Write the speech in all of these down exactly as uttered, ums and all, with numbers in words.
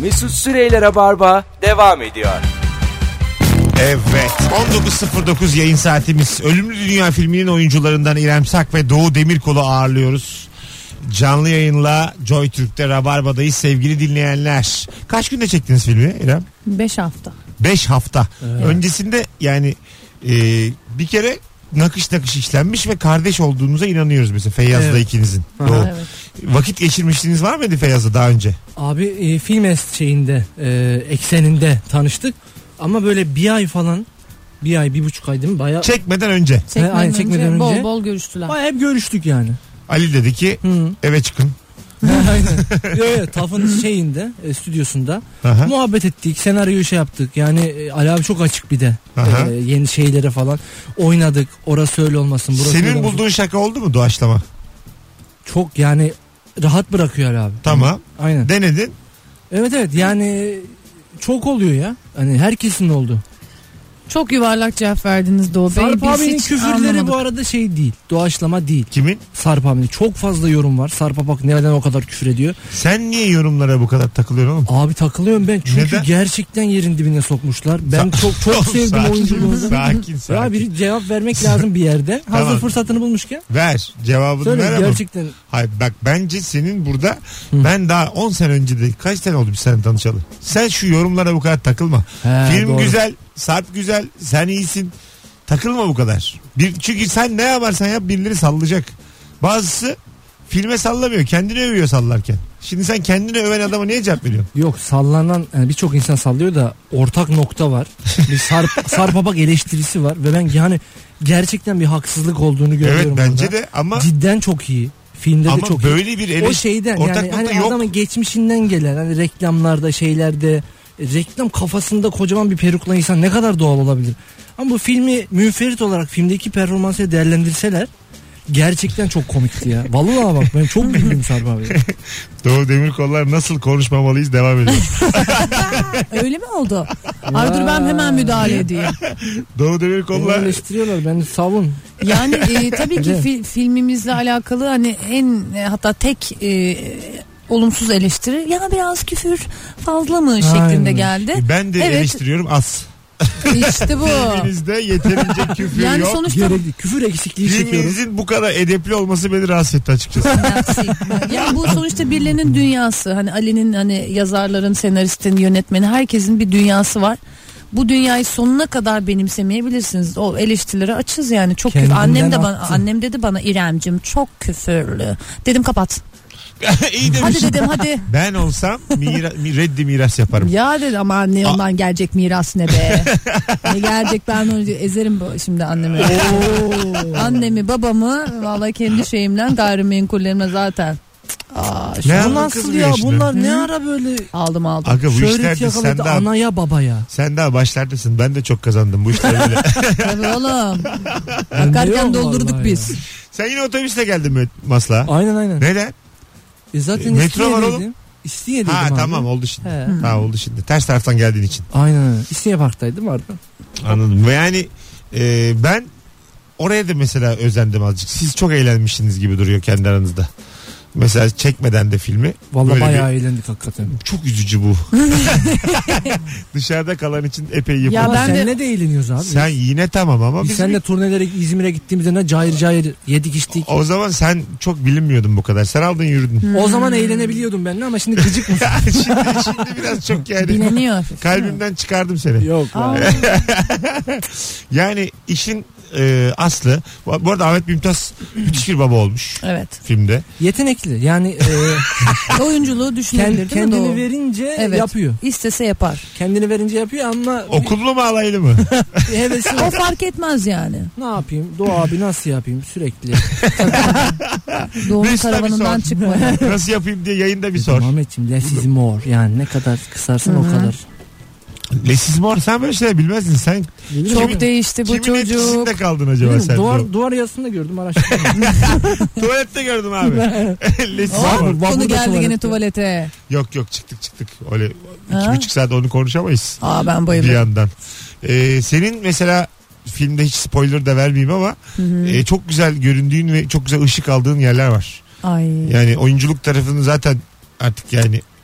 Mesut Süreyler'e barba devam ediyor. Evet, on dokuz sıfır dokuz yayın saatimiz. Ölümlü Dünya filminin oyuncularından İrem Sak ve Doğu Demirkol'u ağırlıyoruz. Canlı yayınla Joy Türk'te Rabarba'dayız sevgili dinleyenler. Kaç günde çektiniz filmi İrem? Beş hafta. Beş hafta. Evet. Öncesinde yani e, bir kere nakış nakış işlenmiş ve kardeş olduğunuza inanıyoruz mesela Feyyaz'la evet. ikinizin. Aha, Doğu. Evet. Vakit geçirmiştiniz var mıydı Feyyaz'la daha önce? Abi e, film es şeyinde e, ekseninde tanıştık ama böyle bir ay falan bir ay bir buçuk ay değil mi? Bayağı... Çekmeden önce. Çekmeden, He, aynı önce, çekmeden önce. bol bol görüştüler. Bayağı hep görüştük yani. Ali dedi ki Hı. eve çıkın. Aynen. Yok yok TAF'ın şeyinde e, stüdyosunda Aha. muhabbet ettik, senaryoyu şey yaptık. Yani e, Ali abi çok açık bir de e, yeni şeylere falan oynadık. Orası öyle olmasın, burası Senin öyle olmasın. bulduğun şaka oldu mu doğaçlama? Çok yani rahat bırakıyor Ali abi. Tamam. Aynen. Denedin. Evet evet yani çok oluyor ya. Hani herkesin oldu. Çok yuvarlak cevap verdiniz Doğu Bey. Sarp Biz abinin hiç küfürleri anlamadık. bu arada şey değil. Doğaçlama değil. Kimin? Sarp abinin çok fazla yorum var. Sarp bak nereden o kadar küfür ediyor. Sen niye yorumlara bu kadar takılıyorsun oğlum? Abi takılıyorum ben çünkü Neden? gerçekten yerin dibine sokmuşlar. Ben Sa- çok çok sevdim sakin, oyunculuğunu. Sakin sakin. Ya bir cevap vermek lazım bir yerde. Hazır Tamam. fırsatını bulmuşken. Ver cevabını Söyle ver ama. gerçekten. Hayır bak bence senin burada Hı. ben daha on sene önce de kaç sene oldu biz seninle tanışalı. Sen şu yorumlara bu kadar takılma. He, Film doğru. güzel, Sarp güzel, sen iyisin. Takılma bu kadar. Bir, çünkü sen ne yaparsan yap birileri sallayacak. Bazısı filme sallamıyor, kendini övüyor sallarken. Şimdi sen kendini öven adama niye cevap veriyorsun? Yok sallanan yani birçok insan sallıyor da ortak nokta var. Bir Sarp, Sarp Abak eleştirisi var ve ben yani gerçekten bir haksızlık olduğunu görüyorum. Evet bence orada. de ama Cidden çok iyi. Filmde ama de çok böyle iyi. bir eleş- O şeyden ortak yani nokta hani yok. adamın geçmişinden gelen hani reklamlarda şeylerde e, reklam kafasında kocaman bir perukla insan ne kadar doğal olabilir? Ama bu filmi münferit olarak filmdeki performansı değerlendirseler gerçekten çok komikti ya. Vallahi bak ben çok güldüm Sarp abi. Doğu Demirkollar nasıl konuşmamalıyız devam ediyor. Öyle mi oldu? Ay dur ben hemen müdahale edeyim. Doğu Beni Demirkollar eleştiriyorlar beni savun. Yani e, tabii ki Evet. fi- filmimizle alakalı hani en e, hatta tek e, olumsuz eleştiri ya biraz küfür fazla mı şeklinde Aynen. geldi. ben de Evet. eleştiriyorum az. İşte bu. Filminizde yeterince küfür Yani yok. sonuçta Gerekli küfür eksikliği çekiyorum. Filminizin bu kadar edepli olması beni rahatsız etti açıkçası. yani bu sonuçta birilerinin dünyası. Hani Ali'nin hani yazarların, senaristin, yönetmeni herkesin bir dünyası var. Bu dünyayı sonuna kadar benimsemeyebilirsiniz. O eleştirilere açız yani. Çok küfür. Kendinden Annem de bana attı. annem dedi bana İremcim çok küfürlü. Dedim kapat. İyi Hadi demişsin. dedim hadi. Ben olsam mira, mi- reddi miras yaparım. Ya dedi ama anne ondan gelecek miras ne be. Ne gelecek ben onu ezerim bu- şimdi annemi. Annemi babamı vallahi kendi şeyimle gayrimenkullerimle zaten. Aa, şu Ne Bu yaptın nasıl kızım ya yaşına? bunlar ne ara böyle aldım aldım. Aga bu şöhret işlerde sen yakaladı daha, anaya babaya. sen daha başlardasın. Ben de çok kazandım bu işlerde. Tabii oğlum. Bende Bakarken yok doldurduk vallahi biz. ya. Sen yine otobüsle geldin mi Maslak'a? Aynen aynen. Neden? E zaten Metro var İstinye'deydim. oğlum. İstinye'deydim Ha abi. tamam oldu şimdi. He. Ha oldu şimdi. Ters taraftan geldiğin için. Aynen aynen. İstinye Park'taydım vardı. Anladım. Ve yani e, ben oraya da mesela özendim azıcık. Siz çok eğlenmişsiniz gibi duruyor kendi aranızda. Mesela çekmeden de filmi. Vallahi böyle bayağı bir- eğlendik hakikaten. çok üzücü bu. Dışarıda kalan için epey yapılmış. Ya Ama ben de- seninle de eğleniyoruz abi. Sen yine tamam ama Biz biz seninle turnelere İzmir'e gittiğimizde ne cayır cayır yedik içtik. o zaman sen çok bilinmiyordun bu kadar. Sen aldın yürüdün. O zaman eğlenebiliyordum ben de ama şimdi gıcık mısın? şimdi, şimdi biraz çok yani. Bileniyor. Kalbimden çıkardım seni. Yok. Aa, Yani işin e, aslı. Bu bu arada Ahmet Mümtaz müthiş bir baba olmuş evet. filmde. Yetenekli yani e, Oyunculuğu düşünebilir kend- değil mi kendini Doğu? verince Evet. yapıyor. İstese yapar. Kendini verince yapıyor ama Okullu mu alaylı mı? bir hevesi O var. fark etmez yani. Ne yapayım? Doğa abi nasıl yapayım sürekli? Doğu'nun Mesut'a bir karavanından sor. çıkma. Nasıl yapayım diye yayında bir sor. Mehmetciğim less is more. Yani ne kadar kısarsan o kadar. Lesiz mor sen böyle şeyler bilmezdin. Sen Çok değişti bu kimin çocuk. etkisinde kaldın acaba Bilmiyorum, sen? duvar, duvar yazısında gördüm araştırdım. Tuvalette gördüm abi. Lesiz Hop, mor. Vapurda konu geldi tuvalette. gene tuvalete. Yok yok çıktık çıktık. Öyle iki Ha? buçuk saat onu konuşamayız. Aa ben Bir bayılırım. yandan. Ee, senin mesela filmde hiç spoiler da vermeyeyim ama e, çok güzel göründüğün ve çok güzel ışık aldığın yerler var. Ay. Yani oyunculuk tarafını zaten artık yani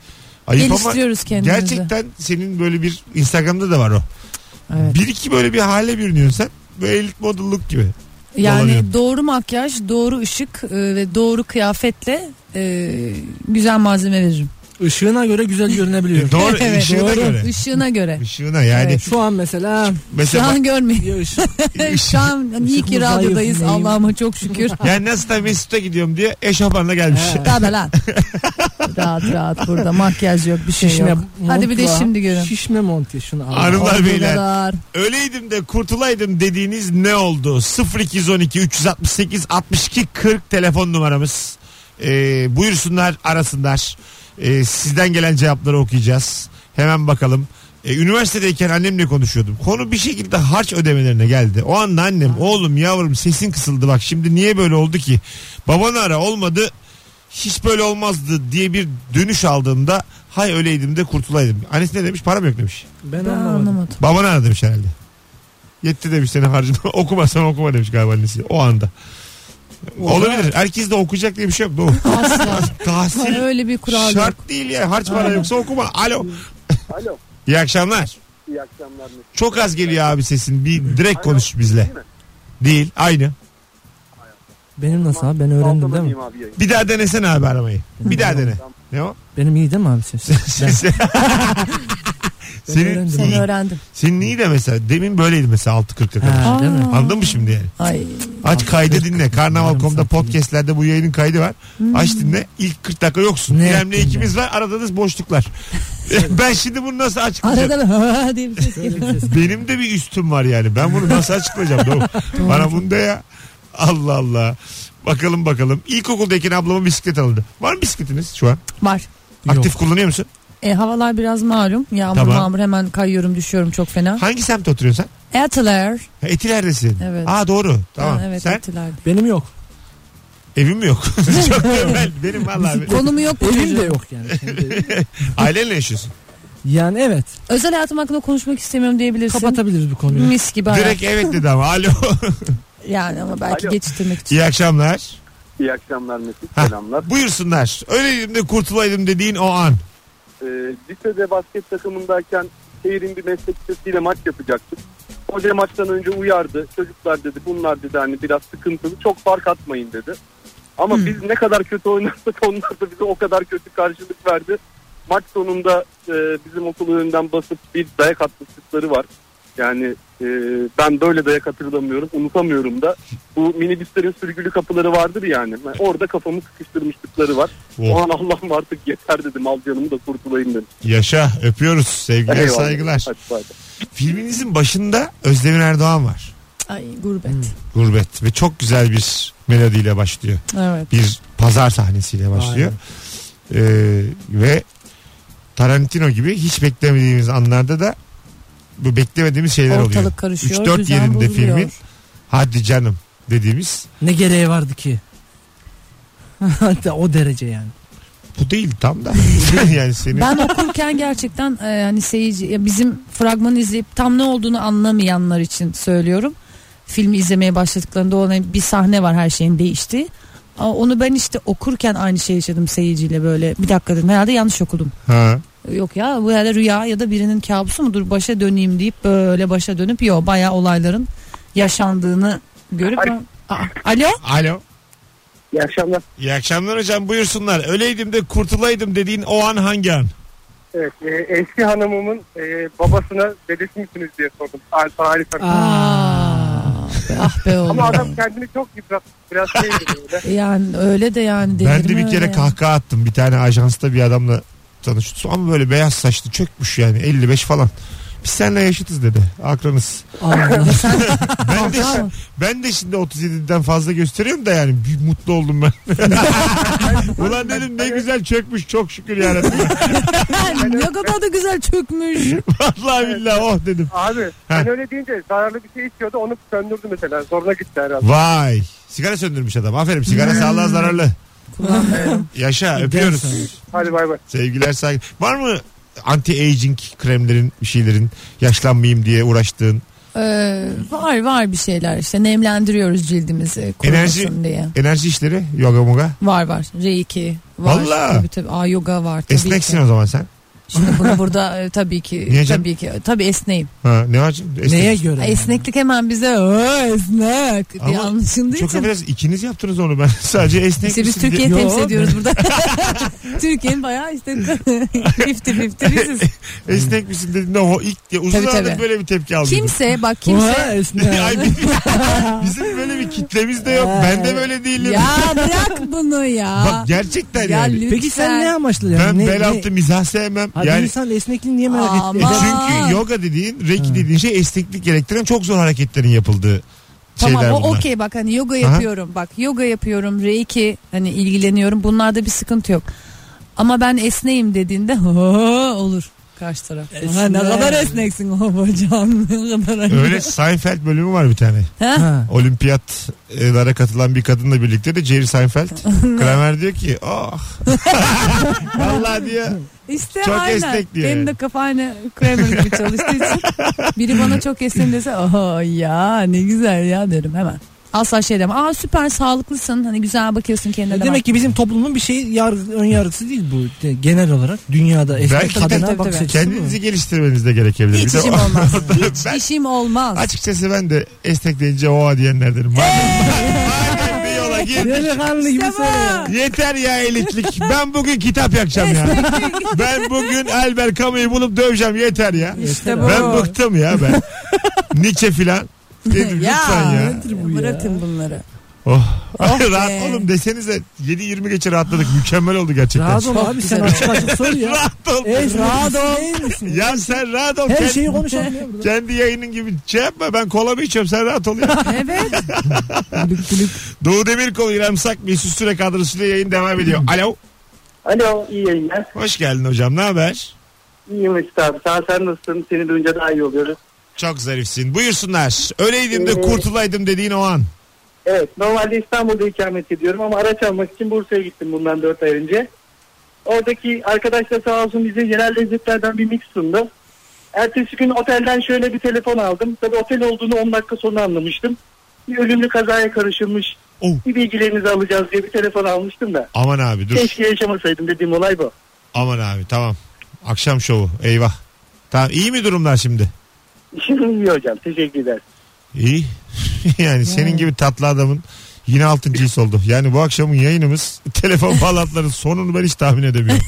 Ayıp ama Geliştiriyoruz kendimizi. gerçekten senin böyle bir Instagram'da da var o. Evet. Bir iki böyle bir hale bürünüyorsun sen. Böyle elit modellik gibi. Yani dolanıyor. doğru makyaj, doğru ışık e, ve doğru kıyafetle e, güzel malzeme veririm. Işığına göre güzel görünebiliyor. Doğru, Evet, ışığına doğru. göre. Işığına göre. Işığına yani. Evet. Şu an mesela Şu Mesela an görmeyin. bir ışık. Şu an hani iyi Işık ki mı, zayıf radyodayız. mı, neyim? Allah'ıma çok şükür. yani nasıl da Mesut'a gidiyorum diye eşofmanla gelmiş. He. Tabii lan. Rahat rahat burada makyaj yok, bir şey Şişme yok. Hadi bir de montla, şimdi görün. Şişme mont şunu al. Hanımlar Olduğu beyler. kadar. Öyleydim de kurtulaydım dediğiniz ne oldu? sıfır iki on iki üç altı sekiz altmış iki kırk telefon numaramız. Ee, buyursunlar, arasınlar. Ee, sizden gelen cevapları okuyacağız. Hemen bakalım. Ee, üniversitedeyken annemle konuşuyordum. Konu bir şekilde harç ödemelerine geldi. O anda annem, oğlum yavrum sesin kısıldı bak şimdi niye böyle oldu ki? Babanı ara, olmadı hiç böyle olmazdı diye bir dönüş aldığımda hay öyleydim de kurtulaydım. Annesi ne demiş? Param yok demiş. Ben Ben anlamadım. anlamadım. Babanı ara demiş herhalde. Yetti demiş seni harcama. Okumasan okuma demiş galiba annesi. O anda. Olabilir. Herkes de okuyacak diye bir şey yok. Doğru. Asla. Tahsil Öyle bir kural şart yok. değil ya. Harç para yoksa okuma. Alo. Alo. İyi akşamlar. İyi akşamlar. Mesut. Çok az geliyor abi sesin. Bir direkt Alo, konuş bizle. değil mi? Değil. Aynı. Benim nasıl abi? Ben öğrendim değil mi? Abi yayın. Bir daha denesene abi aramayı. Bir daha dene. Tamam. Ne o? Benim iyi değil mi abi ses? Ben, ben senin, öğrendim. Seni iyi. öğrendim. Senin iyi de mesela. Demin böyleydi mesela altı kırka kadar. Ha, değil mi? Anladın mı şimdi yani? Ay. Aç kaydı dinle. Karnaval nokta com'da podcastlerde bu yayının kaydı var. Aç dinle. İlk kırk dakika yoksun. Ne İrem'le yaptın ikimiz var. Aradığınız boşluklar. Ben şimdi bunu nasıl açıklayacağım? Arada ha diye bir ses Öyle geliyor. bir ses. Benim de bir üstüm var yani. Ben bunu nasıl açıklayacağım? Doğru. Bana bunu da ya. Allah Allah. Bakalım bakalım. İlkokuldayken ablama bisiklet alındı. Var mı bisikletiniz şu an? Var. Aktif kullanıyor musun? E, havalar biraz malum. Yağmur Tamam. mağmur hemen kayıyorum düşüyorum çok fena. Hangi semtte oturuyorsun sen? Etiler. Ha, Etiler'desin. Evet. Aa doğru. Tamam. Ha, evet sen? Etiler. Benim yok. Evim mi yok? Çok normal. Benim vallahi. Konumu yok bu Evim çocuğun. de yok yani. Kendi evim. Ailenle yaşıyorsun. Yani evet. Özel hayatım hakkında konuşmak istemiyorum diyebilirsin. Kapatabiliriz bu konuyu. Mis gibi hayat. Direkt evet dedi ama. Alo. Yani ama belki Alo. geçiştirmek için. İyi akşamlar. İyi akşamlar Mesut. Hah. Selamlar. Buyursunlar. Öyleydim de kurtulaydım dediğin o an. Ee, lisede basket takımındayken şehrin bir meslek lisesiyle maç yapacaktık. Hoca maçtan önce uyardı. Çocuklar dedi bunlar dedi hani biraz sıkıntılı. Çok fark atmayın dedi. Ama Hmm. biz ne kadar kötü oynarsak onlar da bize o kadar kötü karşılık verdi. Maç sonunda e, bizim okul önünden basıp bir dayak atmışlıkları var. Yani e, ben böyle dayak hatırlamıyorum, unutamıyorum da. Bu minibüslerin sürgülü kapıları vardır yani. Yani orada kafamı sıkıştırmışlıkları var. Oh. O an Allah'ım artık yeter dedim, al canımı da kurtulayım dedim. Yaşa. Öpüyoruz. Sevgiler, Eyvallah. saygılar. Hadi bay bay. Filminizin başında Özdemir Erdoğan var. Ay gurbet. Hmm. Gurbet. Ve çok güzel bir melodiyle başlıyor. Evet. Bir pazar sahnesiyle başlıyor. Ee, ve Tarantino gibi hiç beklemediğimiz anlarda da bu beklemediğimiz şeyler oluyor. Ortalık karışıyor. üç dört düzen yerinde bozuluyor. filmin hadi canım dediğimiz Ne gereği vardı ki? Hatta o derece yani. bu değil tam da. yani senin Ben okurken gerçekten e, hani seyirci ya bizim fragmanı izleyip tam ne olduğunu anlamayanlar için söylüyorum. Filmi izlemeye başladıklarında olan bir sahne var, her şeyin değiştiği. Ama onu ben işte okurken aynı şeyi yaşadım seyirciyle böyle. Bir dakika dedim, herhalde yanlış okudum. ha. Yok ya, bu herhalde rüya ya da birinin kabusu mudur, başa döneyim deyip böyle başa dönüp yok bayağı olayların yaşandığını görüp Alo. Aa, alo. Alo. İyi akşamlar. İyi akşamlar hocam, buyursunlar. Öyleydim de kurtulaydım dediğin o an hangi an? Evet, e, eski hanımımın e, babasına dedesi misiniz diye sordum. Tarih Aa, be, ah be oğlum. Ama adam kendini çok yıprattı. Biraz şeydi böyle. Yani öyle de yani. Ben de delirme bir öyle kere yani. kahkaha attım. Bir tane ajansta bir adamla tanıştık. Ama böyle beyaz saçlı çökmüş yani elli beş falan. Biz seninle yaşıtız dedi. Akranız. Allah. Ben de, Bravo. ben de şimdi otuz yediden fazla gösteriyorum da yani bir mutlu oldum ben. Ulan dedim ne güzel çökmüş çok şükür yarabbim. Ne kadar da güzel çökmüş. Vallahi billahi oh dedim. Abi ben öyle deyince zararlı bir şey içiyordu, onu söndürdü mesela. Zoruna gitti herhalde. Vay. Sigara söndürmüş adam. Aferin. Sigara sağlığa zararlı. Yaşa öpüyoruz. Hadi bay bay. Sevgiler saygı. Var mı anti-aging kremlerin bir şeylerin yaşlanmayayım diye uğraştığın? Ee, var var bir şeyler işte, nemlendiriyoruz cildimizi kurumasın Enerji- diye. Enerji işleri yoga moga. Var var. Reiki var. Vallahi. Tabii tabii. Aa, yoga var tabii Esneksin ki. o zaman sen. Şimdi bunu burada e, tabii ki Niye canım? tabii ki tabii esneyim. Ha, ne var? Esnek. Neye göre? Ay, esneklik hemen bize "Oo, esnek" diye Ama anlaşıldığı çok için. affedersiniz, ikiniz yaptınız onu, ben sadece esnek İşte biz misin diye- Türkiye'yi temsil Yo, ediyoruz burada. Türkiye'nin bayağı işte fifty fifty biziz. Esnek misin dediğinde o ilk uzun Tabii, zamandır tabii. böyle bir tepki aldım. Kimse bak Oha, kimse esnek. Ay, bizim, bizim böyle bir kitlemiz de yok. Ben de böyle değilim. ya bırak bunu ya. Bak gerçekten Ya yani. lütfen. Peki sen ne amaçlı yani? Ben ne, bel altı ne? mizah sevmem. Hadi yani insan esnekliğini niye merak Ama- etti? E Aa. çünkü yoga dediğin, reiki dediğin şey esneklik gerektiren çok zor hareketlerin yapıldığı Tamam şeyler o bunlar. okey, bak hani yoga yapıyorum. Bak yoga yapıyorum, reiki hani ilgileniyorum. Bunlarda bir sıkıntı yok. Ama ben esneyim dediğinde olur karşı taraf. Esnek. Ha, ne kadar esneksin o hocam. Ne kadar. Öyle Seinfeld bölümü var bir tane. Ha? Ha. Olimpiyatlara katılan bir kadınla birlikte de Jerry Seinfeld. Kramer diyor ki oh. Vallahi diyor. İşte Çok aynen. esnek diyor Benim yani. de kafa aynı Kramer gibi çalıştığı için. Biri bana çok esnek dese oh ya ne güzel ya derim hemen. Asla şey demem. Aa süper sağlıklısın. Hani güzel bakıyorsun kendine. E de demek bak. ki bizim toplumun bir şey yargı, ön yargısı değil bu. De, genel olarak dünyada esnek Belki kadına tabii, bakış tabii. açısı bu. Kendinizi geliştirmeniz de gerekebilir. Hiç Bir de işim o- olmaz. orada Hiç ben- işim olmaz. Açıkçası ben de esnek deyince oha diyenlerdenim. Madem bir yola girdik. Delikanlı gibi İşte bu. söyle. Yeter ya elitlik. Ben bugün kitap yakacağım ya. Ben bugün Albert Camus'u bulup döveceğim, yeter ya. İşte bu. Ben bıktım ya ben. Nietzsche filan. Dedim Ya, lütfen ya. Nedir bu ya? Bırakın bunları. Oh. Oh be. Rahat oğlum desenize, yedi yirmi geçe rahatladık. Mükemmel oldu gerçekten. Rahat ol abi sen güzel. açık açık sor ya. Rahat ol. Evet, Rahat ol. Değil misin? Ya sen rahat ol. Her Kendi- şeyi konuşalım ya burada. Kendi yayının gibi şey yapma, ben kolamı içiyorum, sen rahat ol ya. Evet. Doğu Demirkol, İrem Sak, Mesut Süre kadrosuyla yayın devam ediyor. Alo. Alo, iyi yayınlar. Hoş geldin hocam, ne haber? İyiyim Mesut abi. Sağ sen nasılsın? Seni duyunca daha iyi oluyoruz. Çok zarifsin. Buyursunlar. Öleydim de Ee, kurtulaydım dediğin o an. Evet, normalde İstanbul'da ikamet ediyorum ama araç almak için Bursa'ya gittim bundan dört ay önce. Oradaki arkadaş da sağ olsun bize yerel lezzetlerden bir mix sundu. Ertesi gün otelden şöyle bir telefon aldım. Tabii otel olduğunu on dakika sonra anlamıştım. Bir ölümlü kazaya karışılmış. Oh. Bir bilgilerinizi alacağız diye bir telefon almıştım da. Aman abi dur. Keşke yaşamasaydım dediğim olay bu. Aman abi tamam. Akşam şovu. Eyvah. Tamam, iyi mi durumlar şimdi? İyi hocam, teşekkür ederim. İyi. Yani senin gibi tatlı adamın yine altıncı his oldu. Yani bu akşamın yayınımız telefon bağlantılarının sonunu ben hiç tahmin edemiyorum.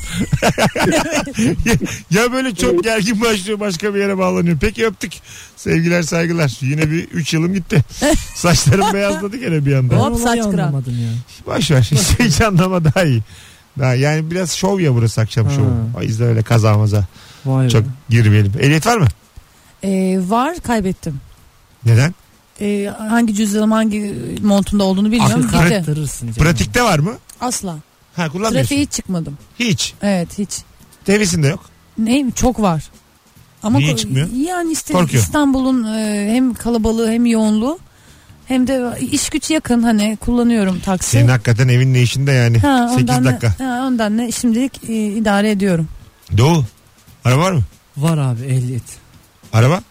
ya, ya böyle çok gergin başlıyor, başka bir yere bağlanıyor. Peki öptük. Sevgiler saygılar. Yine bir üç yılım gitti. Saçlarım beyazladı gene bir anda. Hop, Ben olayı saç kıran. anlamadım ya. Boş ver. Hiç, hiç anlama, daha iyi. Daha, yani biraz şov ya burası, akşam Ha. şovu. O yüzden öyle kaza maza Vay çok be. girmeyelim. Ehliyet var mı? Ee, var, kaybettim. Neden? Ee, hangi cüzdanım hangi montumda olduğunu bilmiyorum. Akıl Gitti. Arttırırsın canım. Pratikte var mı? Asla. Ha, kullanmıyorsun. Trafiğe hiç çıkmadım. Hiç. Evet hiç. Tevisinde yok. Ne çok var. Ama Niye ko- çıkmıyor? Yani işte Korkuyor. İstanbul'un e, hem kalabalığı hem yoğunluğu hem de iş güç yakın, hani kullanıyorum taksi. Senin hakikaten evin ne işinde yani? Ha, sekiz ondan dakika. Ne, ha, ondan ne şimdilik e, idare ediyorum. Doğu. Araba var mı? Var abi ehliyet. Araba?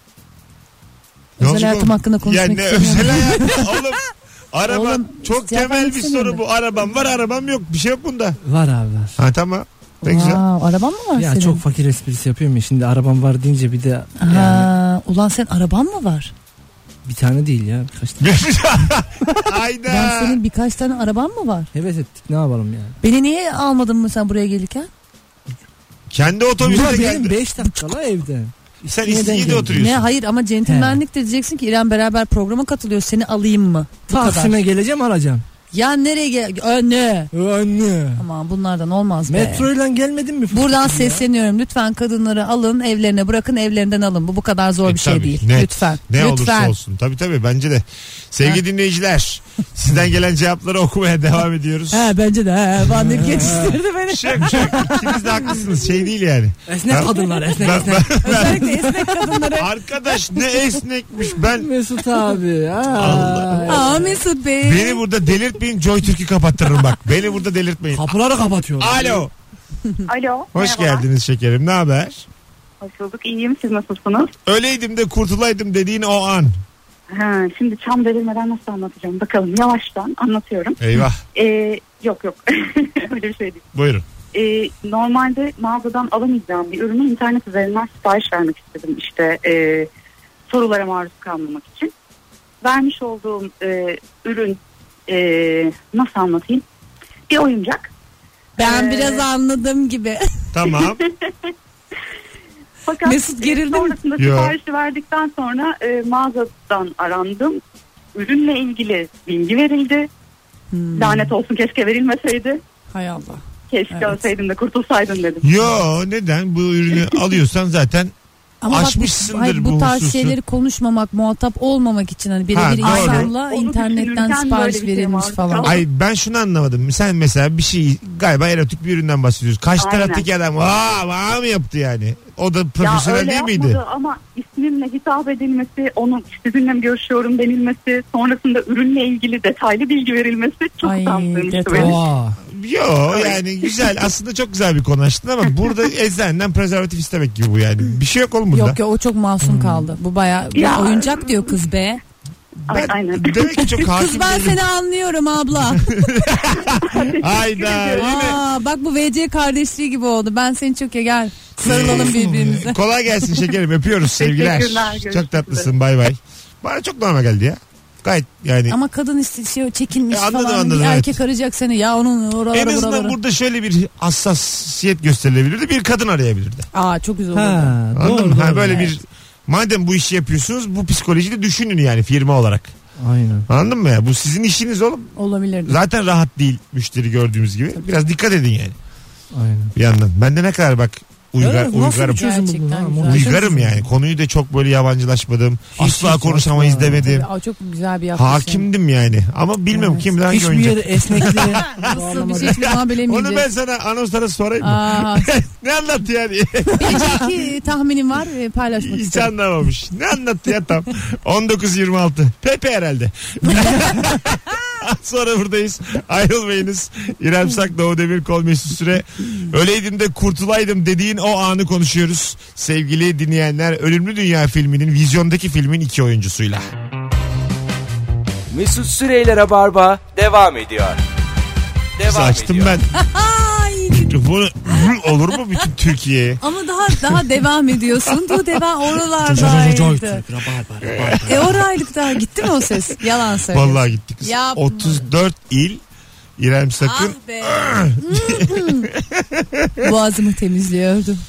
Ne Özel olacak hayatım oğlum? hakkında konuşmak Ya ne istemiyorum. özel hayatım oğlum? Araba Oğlum, çok cevap temel vermek bir istemiyorum soru bu. Arabam var, arabam yok. Bir şey yok bunda. Var abi var. Ha tamam. Ne güzel. Wow, araban mı var Ya senin? çok fakir esprisi yapıyorum ya. Şimdi arabam var deyince bir de yani Ha, ulan sen araban mı var? bir tane değil ya birkaç tane. Hayda. Ben senin birkaç tane araban mı var? Heves ettik ne yapalım yani. Beni niye almadın mı sen buraya gelirken? Kendi Ya otobüste benim geldi. beş dakikala evde. Sen İstediğine İstinye'de geldim. oturuyorsun. Ne hayır ama centilmenlik de diyeceksin ki İrem beraber programa katılıyor, seni alayım mı? Bu kadar. Taksim'e geleceğim alacağım. Ya nereye gel? Ö, ne? Anne. Aman bunlardan olmaz be. Metroyla gelmedin mi? Buradan fıstıkım ya? sesleniyorum. Lütfen kadınları alın, evlerine bırakın, evlerinden alın. Bu bu kadar zor E, bir şey tabii, değil. net. Lütfen. Ne Lütfen. olursa olsun. Tabii tabii, bence de. Sevgili dinleyiciler, sizden gelen cevapları okumaya devam ediyoruz. He bence de he. Van deyip geçiştirdi beni. Şak şak. İkiniz de haklısınız. Şey değil yani. Esnek Ben- kadınlar esnek Ben- esnek. ben- Özellikle esnek kadınları. Arkadaş ne esnekmiş. Ben Mesut abi. Allah. Aa. Aa Mesut Bey. beni burada delirtmeyin. Joy Türk'ü kapattırırım bak. Beni burada delirtmeyin. Kapıları kapatıyor. Alo. Alo. Hoş merhaba. geldiniz şekerim. Ne haber? Hoş bulduk. İyiyim. Siz nasılsınız? Öleydim de kurtulaydım dediğin o an. Ha, şimdi çam devirmeden nasıl anlatacağım? Bakalım yavaştan anlatıyorum. Eyvah. Ee, yok yok. Öyle bir şey değil. Buyurun. e, normalde mağazadan alamayacağım bir ürünü internet üzerinden sipariş vermek istedim. İşte e, sorulara maruz kalmamak için. Vermiş olduğum e, ürün e, nasıl anlatayım? Bir oyuncak. Ben Ee, biraz anladığım gibi. Tamam. Fakat Mesut gerildi mi? sonrasında Yo. siparişi verdikten sonra e, mağazadan arandım. Ürünle ilgili bilgi verildi. Hmm. Lanet olsun, keşke verilmeseydi. Hay Allah. Keşke Evet. ölseydim de kurtulsaydım dedim. Yo, neden? Bu ürünü alıyorsan zaten Ama bak, aşmışsındır hayır, bu bu tarz hususu. şeyleri konuşmamak, muhatap olmamak için hani Ha, birebir doğru. insanla Onu internetten düşünürken sipariş böyle bir şey verilmiş var. falan. Tamam. Ay ben şunu anlamadım. Sen mesela bir şey galiba erotik bir üründen bahsediyoruz. Karşı Aynen. taraftaki adam vaa vaa mı yaptı yani? O da Ya profesyonel öyle değil yapmadı miydi? ama ismimle hitap edilmesi, onun sizinle mi görüşüyorum denilmesi, sonrasında ürünle ilgili detaylı bilgi verilmesi çok Ay, utandırmıştı detay. beni. Aa, Yo yani güzel. Aslında çok güzel bir konu açtın ama burada eczaneden prezervatif istemek gibi bu yani. Bir şey yok oğlum bunda. Yok yok, o çok masum kaldı. Bu bayağı Ya. ya, oyuncak diyor kız be. Ay, Ben aynen. demek ki çok hakim Kız ben değilim. seni anlıyorum abla. Hayda yine. Aa, bak bu V C kardeşliği gibi oldu. Ben seni çok ya gel. Sarılalım birbirimize. Kolay gelsin şekerim, öpüyoruz, sevgiler. Teşekkürler, görüşmek Çok tatlısın, bay bay. Bana çok normal geldi ya. Gayet yani. Ama kadın iste şey çekinmiş E, anladım, falan. anladım, bir evet. erkek arayacak seni. Ya onun oralara En azından buralara. burada şöyle bir hassasiyet gösterilebilirdi. Bir kadın arayabilirdi. Aa çok güzel oldu. ha, Anladın doğru, mı? Ha, doğru. böyle Evet. bir madem bu işi yapıyorsunuz bu psikolojiyi de düşünün yani firma olarak. Aynen. Anladın mı ya? Bu sizin işiniz oğlum. Olabilirdi. Zaten rahat değil müşteri gördüğümüz gibi. Biraz dikkat edin yani. Aynen. Bir yandan. Ben de ne kadar bak uygar, Evet, nasıl uygarım. bir çözüm buldun Gerçekten ha? güzel. Muhteşem Uygarım çözüm. yani. Konuyu da çok böyle yabancılaşmadım. Asla hiç, konuşamayız asla. demedim. Aa, çok güzel bir yaklaşım. Hakimdim yani. Ama bilmem Evet. kim hangi Hiçbir oyuncak. yere esnekliğe Nasıl bir şey hiçbir zaman Onu bilemeyeceğiz. ben sana anonslara sorayım mı? Aa, Ne anlattı yani? bir iki tahminim var ve paylaşmak Hiç istedim. anlamamış. Ne anlattı ya tam? on dokuz yirmi altı. Pepe herhalde. Az sonra buradayız. Ayrılmayınız. İrem Sak, Doğu Demirkol, Mesut Süre. Öleydim de kurtulaydım dediğin o anı konuşuyoruz. Sevgili dinleyenler, Ölümlü Dünya filminin, vizyondaki filmin iki oyuncusuyla. Mesut Süreyler'e barba devam ediyor. Kız Devam açtım ediyor. ben. Ay, Mikrofonu olur mu bütün Türkiye'ye? ama daha daha devam ediyorsun. Bu devam oralardaydı. E oraylık daha gitti mi o ses? Yalan söylüyorsun. Vallahi gitti kız. Yapma. otuz dört il İrem Sak'ın. Ah be. Boğazımı temizliyordum.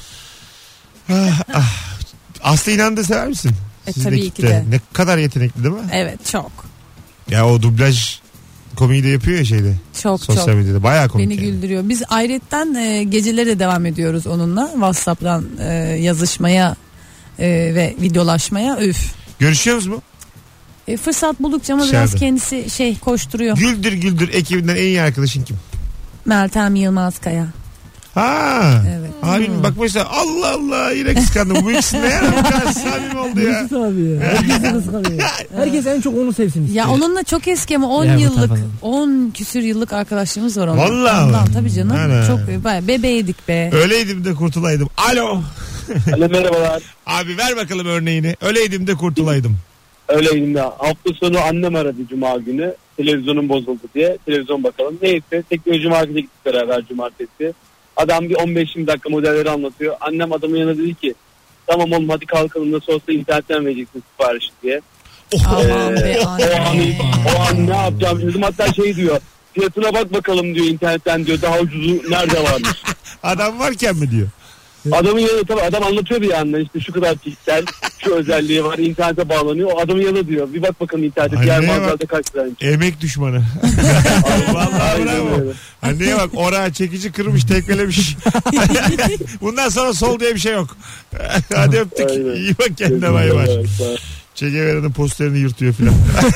Aslı İnan'ı sever misin? E, Sizin tabii ekipte. ki de. Ne kadar yetenekli değil mi? Evet çok. Ya o dublaj komiği de yapıyor ya şeyde. Çok Sosyal çok. medyada. Bayağı komik. Beni yani. güldürüyor. Biz ayrıyetten e, geceleri de devam ediyoruz onunla. WhatsApp'tan e, yazışmaya e, ve videolaşmaya. Üf. Görüşüyoruz mu? E, fırsat buldukça ama Dışarıda. biraz kendisi şey koşturuyor. Güldür güldür ekibinden en iyi arkadaşın kim? Meltem Yılmazkaya. Ha. Evet. Abim bak mesela Allah Allah yine kıskandım. Bu ikisi ne ya? Bu kadar samimi oldu ya. Mesut abi ya. Herkes kıskanıyor. Herkes en çok onu sevsin istiyor. Ya onunla çok eski ama on Ya bu yıllık tabii. on küsür yıllık arkadaşlığımız var onunla. Vallahi Ondan mi? tabii canım. Ana. Çok bayağı bebeydik be. Öyleydim de kurtulaydım. Alo. Alo, merhabalar. Abi ver bakalım örneğini. Öyleydim de kurtulaydım. Öyleyim de hafta sonu annem aradı cuma günü. Televizyonum bozuldu diye. Televizyon bakalım. Neyse teknoloji markete gittik beraber cumartesi. Adam bir on beş yirmi dakika modelleri anlatıyor. Annem adamın yanına dedi ki tamam oğlum hadi kalkalım nasıl olsa internetten vereceksin sipariş diye. Aman be o, an, anne. o an ne yapacağım dedim, hatta şey diyor. Fiyatına bak bakalım diyor internetten diyor. Daha ucuzu nerede varmış. Adam varken mi diyor? Adamın yanında tabii adam anlatıyor bir yandan işte şu kadar piksel, şu özelliği var, internete bağlanıyor. O adamın yanında diyor. Bir bak bakalım internete Anneye diğer bak. mağazalarda kaç liraymış. Emek düşmanı. Vallahi Aynen bravo. öyle. Anneye bak orağı çekici kırmış tekmelemiş. Bundan sonra sol diye bir şey yok. Hadi öptük. Aynen. İyi bak kendine bay bay. Evet, evet. Che Guevara'nın posterini yırtıyor filan.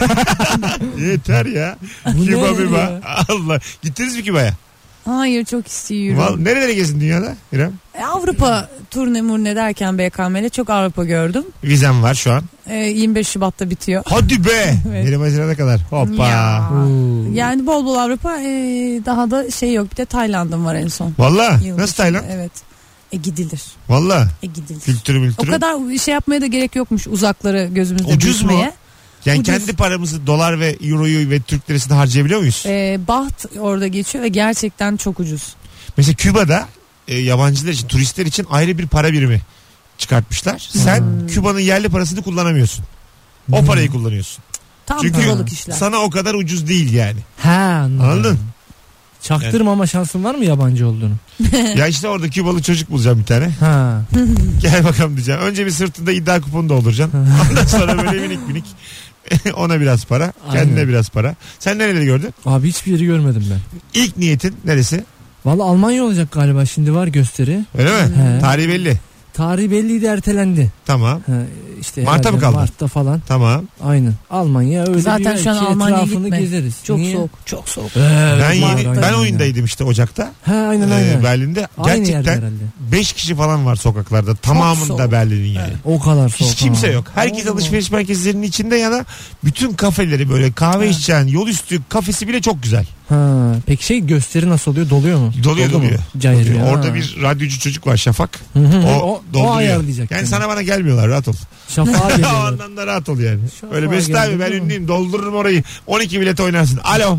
Yeter ya. Bu Küba ne Müba. ya? Allah. Gittiniz mi Küba'ya? Hayır çok istiyorum. Val- Nerelere gezdin dünyada İrem? E, Avrupa turne murne derken B K M'le çok Avrupa gördüm. Vizem var şu an. E, yirmi beş Şubat'ta bitiyor. Hadi be. Evet. Benim Haziran'a kadar. Hoppa. Ya. Oo. Yani bol bol Avrupa, e, daha da şey yok. Bir de Tayland'ım var en son. Valla. Yıl Nasıl dışında. Tayland? Evet. E gidilir. Valla. E gidilir. Kültürü O mültürü. kadar şey yapmaya da gerek yokmuş uzakları gözümüzde Ucuz mu? büyütmeye. Yani Ucuz. kendi paramızı dolar ve euroyu ve Türk lirasını harcayabiliyor muyuz? E, Baht orada geçiyor ve gerçekten çok ucuz. Mesela Küba'da e, yabancılar için, turistler için ayrı bir para birimi çıkartmışlar. Sen hmm. Küba'nın yerli parasını kullanamıyorsun. O hmm. parayı kullanıyorsun. Tam Çünkü paralık işler. Sana o kadar ucuz değil yani. Ha, anladım. Anladın? Çaktırmama yani. Şansın var mı yabancı olduğunu? Ya işte orada Kübalı çocuk bulacağım bir tane. Ha. Gel bakalım diyeceğim. Önce bir sırtında iddia kuponu dolduracaksın. Ondan sonra böyle minik minik ona biraz para, kendine Aynen. biraz para. Sen nereleri gördün? Abi hiçbir yeri görmedim ben. İlk niyetin neresi? Valla Almanya olacak galiba, şimdi var gösteri. Öyle mi? He. Tarihi belli. Tarihi belliydi, ertelendi. Tamam. Ha, işte Mart'a mı kaldı? Mart'ta falan. Tamam. Aynen. Almanya öyle zaten bir şu an Almanya'ya gitme. Gezeriz. Çok Niye? soğuk. Çok soğuk. Ee, ben yeni, ben oyundaydım işte Ocak'ta. Ha aynen aynen. Ee, Berlin'de. Aynı gerçekten beş kişi falan var sokaklarda. Tamamında Berlin'in yani. Evet. O kadar soğuk. Hiç kimse ha. yok. Herkes Oo. alışveriş merkezlerinin içinde ya da bütün kafeleri böyle kahve içeceğin yol üstü kafesi bile çok güzel. Ha, peki şey gösteri nasıl oluyor? Doluyor mu? Doluyor Doldu doluyor. Cayır doluyor. Ya. Orada bir radyocu çocuk var, Şafak. Hı hı. O, o dolduruyor. O ayarlayacak. Yani sana bana gelmiyorlar, rahat ol. Şafağa geliyorlar. Ondan da rahat ol yani. Şafağa Öyle Mesut abi ben ünlüyüm, doldururum orayı. on iki bilet oynarsın. Alo.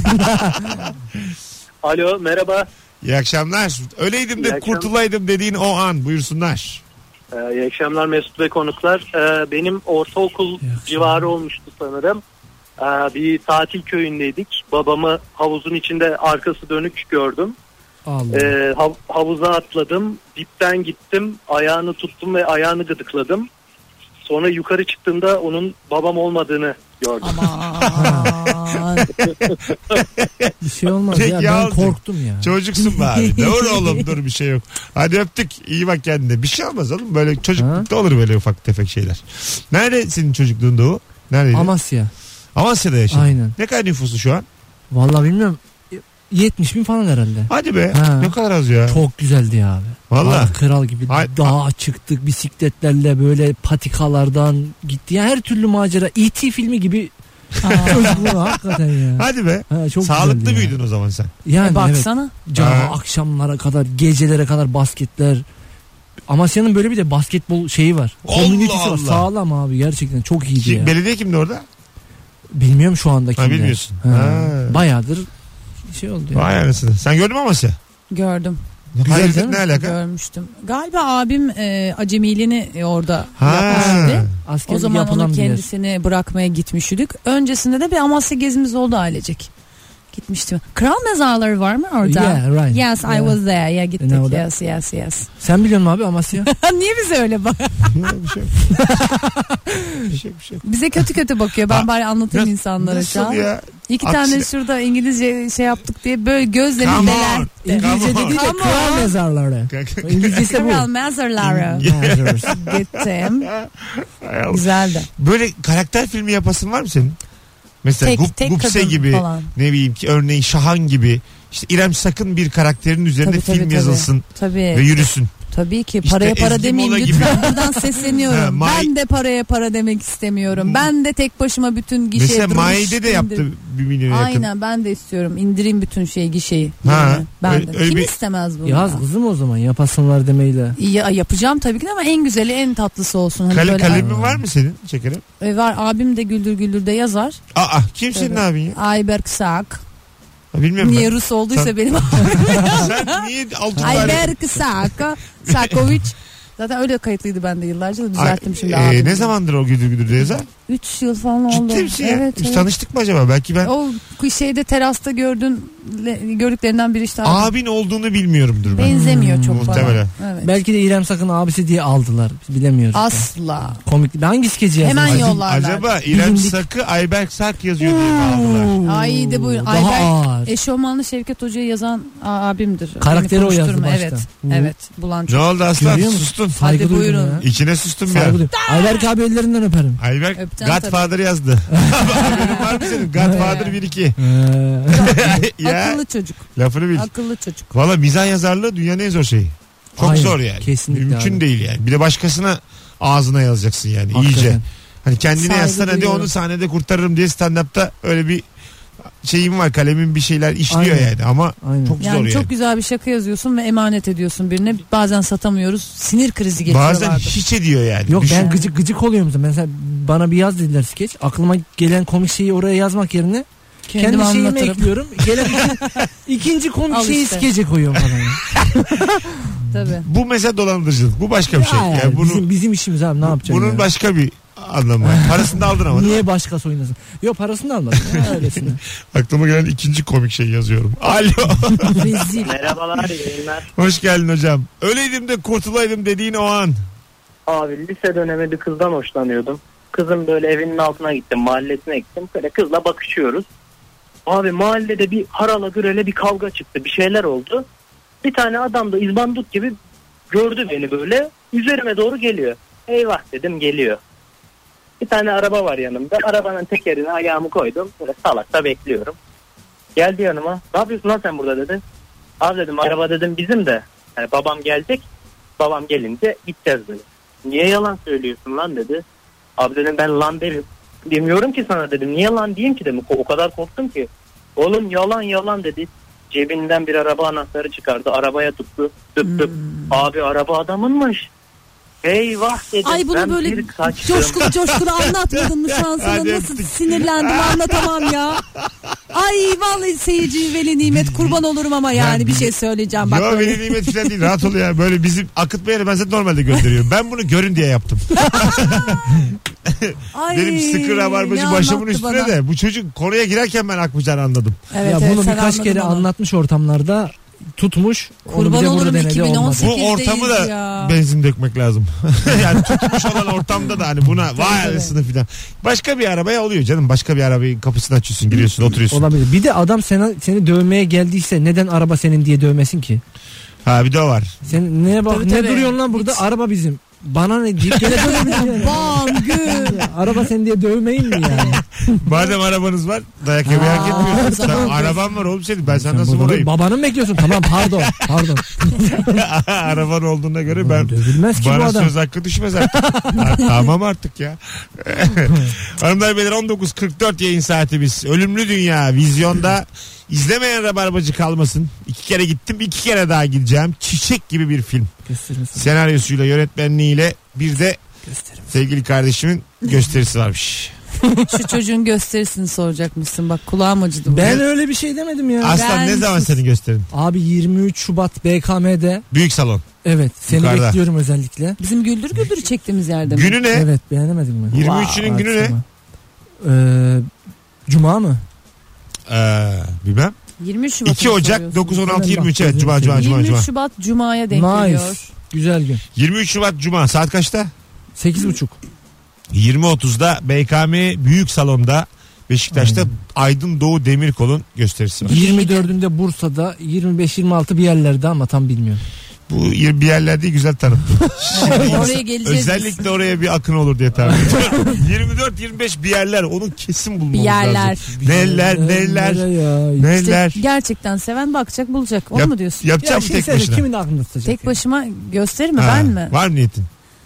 Alo, merhaba. İyi akşamlar. Öyleydim de İyi akşam. kurtulaydım dediğin o an, buyursunlar. Ee, iyi akşamlar Mesut ve konuklar. Ee, benim ortaokul civarı olmuştu sanırım. Ee, bir tatil köyündeydik. Babamı havuzun içinde arkası dönük gördüm. Allah. Ee, hav- havuza atladım. Dipten gittim. Ayağını tuttum ve ayağını gıdıkladım. Sonra yukarı çıktığımda onun babam olmadığını gördüm. Aman. Bir şey olmaz Peki ya, ya ben olacak. korktum ya. Çocuksun be abi. Dur oğlum dur, bir şey yok. Hadi öptük. İyi bak kendine. Bir şey olmaz oğlum. Böyle çocuklukta olur böyle ufak tefek şeyler. Nerede senin çocukluğun Doğu? Neredeydi? Amasya. Amasya'da yaşadın. Aynen. Ne kadar nüfusu şu an? Vallahi bilmiyorum. yetmiş bin falan herhalde. Hadi be. Ha. Ne kadar az ya. Çok güzeldi ya abi. Vallahi. Abi, kral gibi Hay- dağa çıktık bisikletlerle, böyle patikalardan gitti. Yani her türlü macera. E T filmi gibi çocukluğu hakikaten ya. Hadi be. Ha, çok sağlıklı güzeldi ya. büyüdün o zaman sen. Yani E baksana. evet. Can, Ha. akşamlara kadar, gecelere kadar basketler. Amasya'nın böyle bir de basketbol şeyi var. Allah Komünitesi var. Allah. Sağlam abi, gerçekten çok iyiydi Kim, ya. belediye kimdi orada? Bilmiyorum şu anda kimde. Ha, bilmiyorsun. Ha. Ha. Bayağıdır şey oldu ya. Vay anasını. Sen gördün mü Amasya? Gördüm. Güzel Hayırdır, değil mi? ne alaka? Görmüştüm. Galiba abim e, acemiliğini e, orada Ha. yapmıştı. Askerlik O zaman yapılan onu bir yer. kendisini bırakmaya gitmiştik. Öncesinde de bir Amasya gezimiz oldu ailecek. Gitmiştim. Kral mezarları var mı orada? Yeah, right. Yes, I Yeah. was there. Ya gittik. Ne orada? Yes, yes, yes. Sen biliyor musun abi Amasya? Niye bize öyle bak? bir şey yok. bir şey yok, bir şey yok. Bize kötü kötü bakıyor. Ben Ha, bari anlatayım Nasıl- insanlara şu an. Nasıl ya? İki Aksi- tane şurada İngilizce şey yaptık diye böyle gözlerini Come on. belertti. İngilizce Come on. dediği de Come kral on. mezarları. İngilizcesi bu. Kral mezarları. Mezars. Gittim. Hay Allah. Güzeldi. Böyle karakter filmi yapasın var mı senin? Mesela Tek- Gup, tek Gupse kadın gibi, falan. ne bileyim ki örneğin Şahan gibi. İşte İrem Sakın bir karakterin üzerinde Tabii, tabii, film tabii. yazılsın Tabii. ve yürüsün. Tabii ki İşte paraya para Ezgi demeyeyim Mola lütfen. gibi. Buradan sesleniyorum. Ha, May- Ben de paraya para demek istemiyorum. Ben de tek başıma bütün gişe Mesela duruş Maide de yaptı indir- bir milyon yakın. Aynen, ben de istiyorum. İndireyim bütün şey gişeyi. Ha, Yani ben öyle- de. öyle Kim bir- istemez bunu? Yaz ya? kızım o zaman, yapasın var demeyle. Ya, yapacağım tabii ki de ama en güzeli, en tatlısı olsun. Hani Kale, böyle- kalemin var mı senin şekerim? E, var, abim de Güldür Güldür'de yazar. Aa, kim senin Tabii. abin ya? Ayberk Sak. Ha, bilmiyorum Niye ben. Rus olduysa Sen- benim Sen niye altın var? Ayberk Sak. Sakovic. Zaten öyle kayıtlıydı bende yıllarca da düzelttim şimdi Ay, e, abim. ne zamandır o Güldür Güldür'de yazar? üç yıl falan oldu. Ciddi misin ya? Evet, Biz evet. tanıştık mı acaba? Belki ben O şeyde terasta gördün gördüklerinden biri işte. abin olduğunu bilmiyorumdur ben. Benzemiyor çok Muhtemelen. falan. Evet. Belki de İrem Sakın abisi diye aldılar. Biz bilemiyoruz. Asla. Komik. Hangi skeci yazdı? Hemen Acaba- yollarlar. Acaba İrem Bilindik. Sakı Ayberk Sak yazıyor diye mi aldılar? Ay de buyurun. Daha Ayberk ağır. Eşofmanlı Şevket Hoca'yı yazan a- abimdir. Karakteri Beni o yazdı konuşturma. başta. Evet. Hı. Evet. Bulan Ne çok. oldu aslan? Görüyor musun? Sustun. Saygı Hadi duydum buyurun. ya. İçine sustum ya. Saygı duydum. Ayberk abi ellerinden öperim. Ayberk Öpeceğim Godfather yazdı. Haberin var mı senin? Godfather bir iki. Ee, ya Akıllı çocuk. lafını bil. Akıllı çocuk. Valla mizah yazarlığı dünyanın en zor şeyi. Çok Aynen, zor yani. kesinlikle Mümkün abi. değil yani. Bir de başkasına ağzına yazacaksın yani. Hakikaten. İyice. Hani kendine Saygı yazsan hadi duyuyorum. onu sahnede kurtarırım diye stand-up'ta öyle bir şeyim var. Kalemin bir şeyler işliyor Aynen. yani ama Aynen. çok Yani zor çok yani. güzel bir şaka yazıyorsun ve emanet ediyorsun birine. Bazen satamıyoruz. Sinir krizi geçiriyorlardı. Bazen hiç ediyor yani. Yok Düşün. ben gıcık gıcık oluyorum. Mesela bana bir yaz dediler skeç. Aklıma gelen komik şeyi oraya yazmak yerine Kendim Kendi şeyimi anlatırım. ekliyorum. Gelen ikinci komik Al şeyi işte. skece koyuyorum falan. Tabii. Bu mesela dolandırıcılık. Bu başka bir şey. Ya yani Yani bunu, bizim, bizim işimiz abi, ne yapacaksın bunun ya? başka bir anlamı var. Parasını da aldın ama. Niye başkası oynasın? Yok, parasını da almadım. Ya, öylesine. Aklıma gelen ikinci komik şey yazıyorum. Alo. Rezil. Merhabalar, yayınlar. Hoş geldin hocam. Öleydim de kurtulaydım dediğin o an. Abi lise dönemi bir kızdan hoşlanıyordum. Kızın böyle evinin altına gittim, mahallesine gittim. Böyle kızla bakışıyoruz. Abi mahallede bir harala gürele bir kavga çıktı. Bir şeyler oldu. Bir tane adam da izbandut gibi gördü beni böyle. Üzerime doğru geliyor. Eyvah dedim, geliyor. Bir tane araba var yanımda. Arabanın tekerine ayağımı koydum. Böyle salakta bekliyorum. Geldi yanıma. Ne yapıyorsun lan sen burada dedi. Abi dedim, araba dedim bizim de. Yani babam gelecek. Babam gelince gideceğiz dedi. Niye yalan söylüyorsun lan dedi. Abi dedim, ben lan derim. Demiyorum ki sana dedim. Niye lan diyeyim ki dedim. O kadar korktum ki. Oğlum yalan yalan dedi. Cebinden bir araba anahtarı çıkardı. Arabaya tuttu. Tıp tıp. Hmm. Abi araba adamınmış. Eyvah dedim. Ay bunu ben böyle bir kaçtım. coşkulu coşkulu anlatmadın mı şu an sana? Hadi Nasıl öptük. sinirlendim anlatamam ya. Ay vallahi seyirci veli nimet kurban olurum ama yani Ben- bir şey söyleyeceğim. Bak Yo, böyle. veli nimet falan değil. Rahat ol ya. Böyle bizim akıtma yeri ben zaten normalde gönderiyorum. Ben bunu görün diye yaptım. Ay, Dedim sıkı rabarbacı ne başımın anlattı üstüne bana? de. Bu çocuk konuya girerken ben akmayacağını anladım. Evet, Ya evet, bunu sen birkaç anladın kere onu. anlatmış ortamlarda, tutmuş. Onu Kurban bir de burada olurum, denedi, iki bin on olmadı. sekiz. Bu ortamı da ya. benzin dökmek lazım. Yani tutmuş olan ortamda da hani buna vay arasını filan. Başka bir arabaya oluyor canım. Başka bir arabayı kapısını açıyorsun, giriyorsun, oturuyorsun. Olabilir. Bir de adam seni, seni dövmeye geldiyse neden araba senin diye dövmesin ki? Ha bir de o var. Sen neye bak, Tabii, ne tabii. duruyorsun lan burada? Hiç. Araba bizim. Bana ne deyip gene dövebilir yani. Bam gül. Ya, araba sen diye dövmeyin mi yani? Madem arabanız var dayak yemeye hak etmiyorsun. Sen, araban var oğlum senin. Ben sen nasıl Burada vurayım? babanı mı bekliyorsun? Tamam, pardon. Pardon. Araban olduğuna göre ben Dövülmez ki bu bana adam. söz hakkı düşmez artık. Ha, tamam artık ya. Hanımlar beyler on dokuz kırk dört yayın saatimiz. Ölümlü Dünya vizyonda. İzlemeyen rabarbacı kalmasın. İki kere gittim, iki kere daha gideceğim. Çiçek gibi bir film. Gösterin. Senaryosuyla, yönetmenliğiyle bir de Gösterin. sevgili kardeşimin gösterisi varmış. Şu çocuğun gösterisini soracakmışsın. Bak kulağım acıdı. Ben öyle bir şey demedim ya. Aslan Ben- ne zaman senin gösterin? Abi yirmi üç Şubat B K M'de. Büyük salon. Evet, seni Yukarıda. bekliyorum özellikle. Bizim güldür güldür çektiğimiz yerde mi? Günü ne? Evet, beğenemedin mi? yirmi üçünün günü ne? Ee, Cuma mı? Ee, bilmem. yirmi üç Şubat. iki Ocak dokuz on altı yirmi üç evet Cuma Cuma Cuma yirmi üç Cuma. Şubat Cuma'ya denk Nice. geliyor. Güzel gün. yirmi üç Şubat Cuma saat kaçta? sekiz buçuk. yirmi otuzda B K M Büyük Salon'da Beşiktaş'ta Aynen. Aydın Doğu Demirkol'un gösterisi var. yirmi dördünde Bursa'da, yirmi beş yirmi altı bir yerlerde ama tam bilmiyorum. Bu bir yerlerde güzel tanıttın. Oraya geleceğiz. Özellikle oraya bir akın olur diye tahmin ediyorum. yirmi dört yirmi beş bir yerler onu kesin bulmamız Bir yerler. lazım. Neler neler ya. neler. İşte gerçekten seven bakacak bulacak. Onu Yap- mu diyorsun? Yapacağım Ya mı şey tek söyle, başına? kimin aklında tutacak? Tek ya? başıma gösterir mi Ha, ben mi? Var mı niyetin?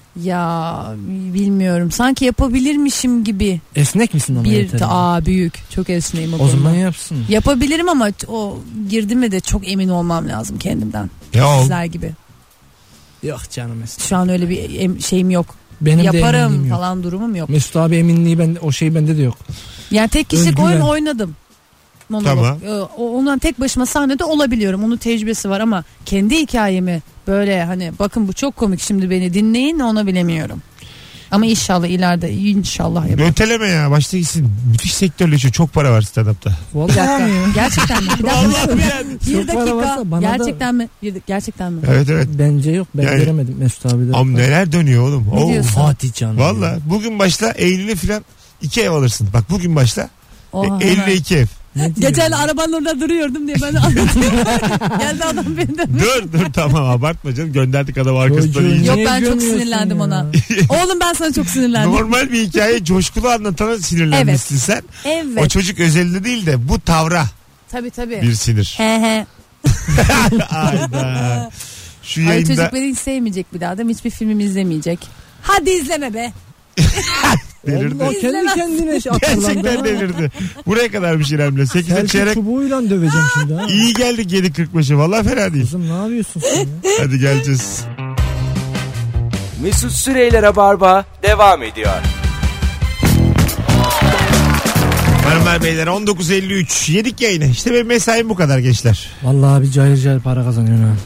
Ya bilmiyorum. Sanki yapabilirmişim gibi. Esnek misin ama Bir yeter. aa büyük. Çok esneyim o, O konuda. zaman yapsın. Yapabilirim ama o girdim mi de çok emin olmam lazım kendimden. Ya ol. Sizler gibi. Yok canım Mesut. Şu an öyle bir em- şeyim yok. Benim de Yaparım eminliğim yok. falan durumum yok. Mesut abi eminliği ben, o şey bende de yok. Yani tek kişilik Özgüven. oyun oynadım. Monolog. Tamam. Ee, o- Ondan tek başıma sahnede olabiliyorum. Onun tecrübesi var ama kendi hikayemi böyle hani bakın bu çok komik şimdi beni dinleyin onu bilemiyorum. Ama inşallah ileride inşallah yaparım. Öteleme ya başta gitsin. Müthiş sektörleşiyor. Çok para var stand-up'ta. Bir Vallahi dakika. mi ya? Gerçekten mi? Bir dakika. Vallahi yani. Bir Çok para dakika. varsa bana da- Gerçekten mi? Bir, gerçekten mi? Evet evet. Bence yok. Ben Yani- göremedim Mesut abi de. Ama neler dönüyor oğlum. Ne Oo. diyorsun? Hadi canım. Valla bugün başla Eylül'e filan iki ev alırsın. Bak bugün başla. Oha, E, Eylül'e hemen. iki ev. Geçen arabanın orada duruyordum diye ben anlatıyorum. Geldi adam beni de. dur dur tamam abartma canım. Gönderdik adam arkasından Çocuğu iyice. Yok niye ben çok gömüyorsun sinirlendim ya? ona. Oğlum ben sana çok sinirlendim. Normal bir hikaye coşkulu anlatana sinirlenmişsin sen. O Evet. çocuk özelinde değil de bu tavra Tabii tabii. bir sinir. He he. Ayda. Şu Ay yayında çocuk beni hiç sevmeyecek bir daha da hiç bir filmimi izlemeyecek. Hadi izleme be. delirdi. Allah kendi İzlemez. kendine şey Gerçekten akıllandı. delirdi. Buraya kadar bir şey İrem'le. sekize Selçuk çeyrek. çubuğuyla döveceğim şimdi ha. İyi geldik yedi kırk beşe. Valla fena değil. Kızım ne yapıyorsun sen ya? Hadi geleceğiz. Mesut Süreyler'e barba devam ediyor. Hanımlar beyler on dokuz elli üç yedik yayını. İşte benim mesaim bu kadar gençler. Vallahi bir cayır cayır para kazanıyorsun ha.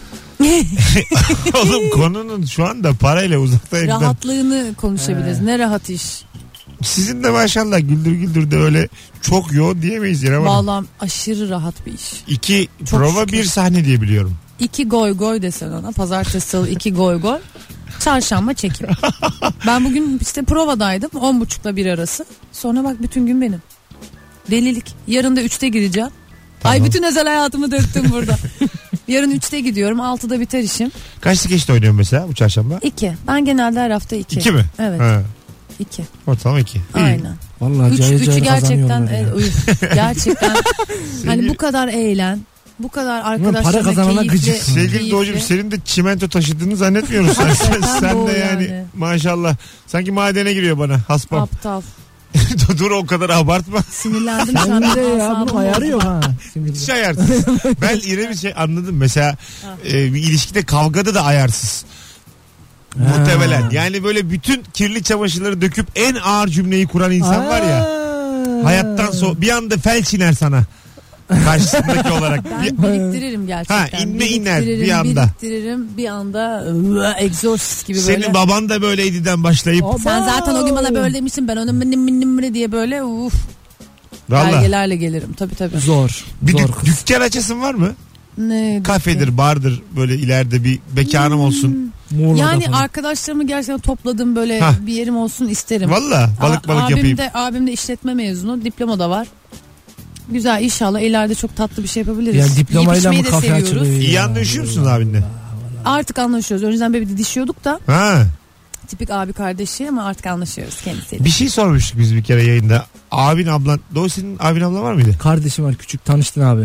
Oğlum konunun şu anda parayla uzaktayım. Rahatlığını konuşabiliriz. He. Ne rahat iş. Sizin de maşallah güldür güldür de öyle çok yoğun diyemeyiz yine. Vallahi aşırı rahat bir iş. İki Çok prova şükür. bir sahne diye biliyorum. İki goy goy desen ona. Pazartesi salı iki goy goy. Çarşamba çekim. Ben bugün işte provadaydım. On buçukla bir arası. Sonra bak bütün gün benim. Delilik. Yarın da üçte gireceğim. Tamam. Ay bütün özel hayatımı döktüm burada. Yarın üçte gidiyorum. Altıda biter işim. Kaçta geçti oynuyorsun mesela bu çarşamba? İki. Ben genelde her hafta iki. İki mi? Evet. Ha. İki. Ortalama iki. İyi. Aynen. Vallahi Üç, cayır üçü cayır gerçekten kazanıyorlar ya. e, uyuz. Gerçekten hani bu kadar eğlen, bu kadar arkadaşlarla para kazanana keyifli, gıcık. Sevgili keyifli. Doğucuğum senin de çimento taşıdığını zannetmiyoruz. Sen, sen, sen doğru de yani, yani. maşallah. Sanki madene giriyor bana haspam. Aptal. Dur o kadar abartma. Sinirlendim şu Sen an. de ya Asabım bunun ayarı bozuldu. yok ha. Şimdi Hiç ayarsız. Ben İrem'i şey anladım. Mesela e, bir ilişkide kavgada da ayarsız. Ha. Muhtemelen. Yani böyle bütün kirli çamaşırları döküp en ağır cümleyi kuran insan var ya. Hayattan so bir anda felç iner sana. Karşısındaki olarak. Ben Bir- biriktiririm gerçekten. Ha, inme iner bir Biriktiririm, anda. Biriktiririm bir anda ıı, egzorsiz gibi Senin böyle. baban da böyleydiden başlayıp. Sen zaten o gün bana böyle demişsin, ben onun minnim minnim diye böyle uf Valla. belgelerle gelirim tabii tabii. Zor. Bir zor dük- kız. dükkan açasın var mı? Ne, Kafedir, bardır, böyle ileride bir mekanım olsun. Muğla'da yani falan. arkadaşlarımı gerçekten topladım böyle Hah. bir yerim olsun isterim. Valla balık A- balık abim yapayım. De, abim de işletme mezunu, diploma da var. Güzel, inşallah ileride çok tatlı bir şey yapabiliriz. Ya diplomayla Yiyip mı içmeyi de kafe seviyoruz. açılıyor İyi ya? anlaşıyor musunuz abinle? Artık anlaşıyoruz. Önceden böyle bir didişiyorduk da Ha. tipik abi kardeşi ama artık anlaşıyoruz kendisiyle. Bir şey sormuştuk biz bir kere yayında. Abin ablan, Doğu senin abin ablan var mıydı? Kardeşim var küçük, tanıştın abi.